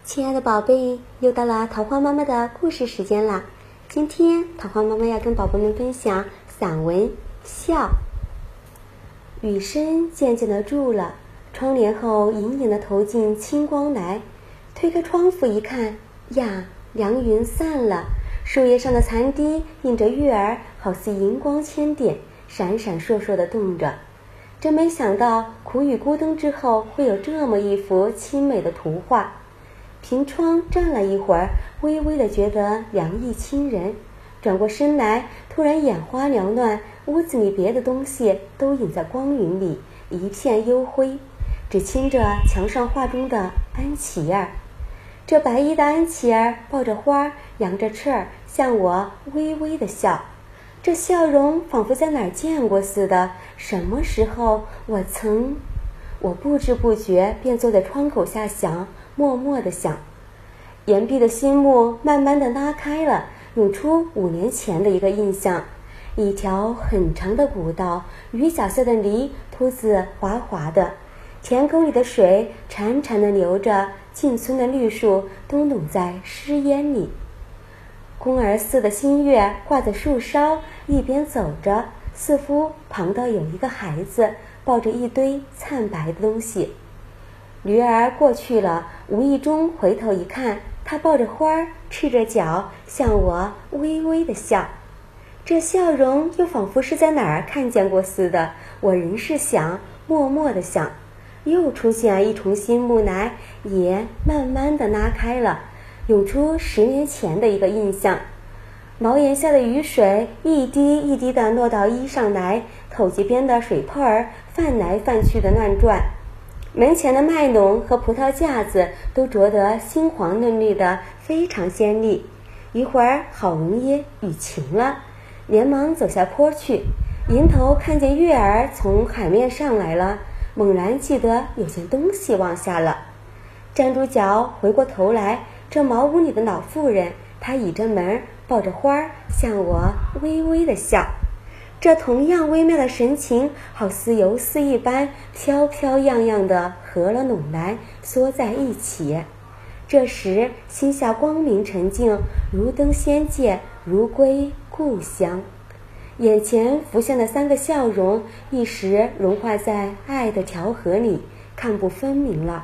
亲爱的宝贝，又到了桃花妈妈的故事时间啦！今天桃花妈妈要跟宝贝们分享散文《笑》。雨声渐渐地住了，窗帘后隐隐地投进清光来。推开窗户一看，呀，凉云散了，树叶上的残滴映着月儿，好似银光千点，闪闪烁烁地动着。真没想到苦雨孤灯之后会有这么一幅清美的图画。凭窗站了一会儿，微微地觉得凉意侵人，转过身来，突然眼花缭乱，屋子里别的东西都隐在光云里，一片幽灰，只清着墙上画中的安琪儿。这白衣的安琪儿抱着花，扬着翅儿，向我微微地笑。这笑容仿佛在哪儿见过似的，什么时候我不知不觉便坐在窗口下想，默默地想。岩壁的心幕慢慢地拉开了，涌出5年前的一个印象。一条很长的古道，鱼角色的泥，秃子滑滑的，田沟里的水潺潺地流着，进村的绿树都拢在湿烟里。宫儿似的新月挂在树梢，一边走着，似乎旁道有一个孩子抱着一堆灿白的东西。驴儿过去了，无意中回头一看，他抱着花，赤着脚，向我微微地笑。这笑容又仿佛是在哪儿看见过似的，我仍是想，默默地想。又出现一重新幕来，也慢慢地拉开了，涌出10年前的一个印象。茅檐下的雨水一滴一滴地落到衣上来，口级边的水泡儿泛来泛去的乱转。门前的麦垄和葡萄架子都着得猩黄嫩绿的，非常鲜丽。一会儿好容易雨停了，连忙走下坡去，迎头看见月儿从海面上来了，猛然记得有件东西忘下了。站住脚，回过头来，这茅屋里的老妇人，她倚着门，抱着花，向我微微地笑。这同样微妙的神情，好似游丝一般，飘飘漾漾地合了拢来，缩在一起。这时心下光明沉静，如登仙界，如归故乡。眼前浮现的3个笑容，一时融化在爱的调和里，看不分明了。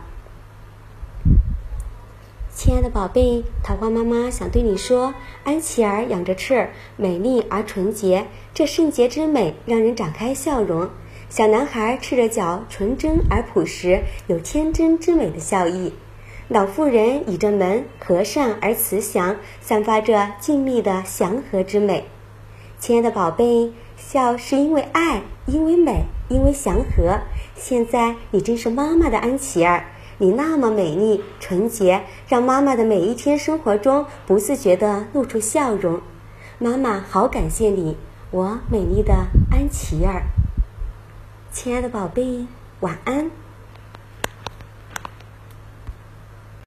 亲爱的宝贝，桃花妈妈想对你说，安琪儿仰着翅，美丽而纯洁，这圣洁之美让人展开笑容。小男孩赤着脚，纯真而朴实，有天真之美的笑意。老妇人倚着门，和善而慈祥，散发着静谧的祥和之美。亲爱的宝贝，笑是因为爱，因为美，因为祥和。现在你真是妈妈的安琪儿，你那么美丽纯洁，让妈妈的每一天生活中不自觉地露出笑容。妈妈好感谢你，我美丽的安琪儿。亲爱的宝贝，晚安。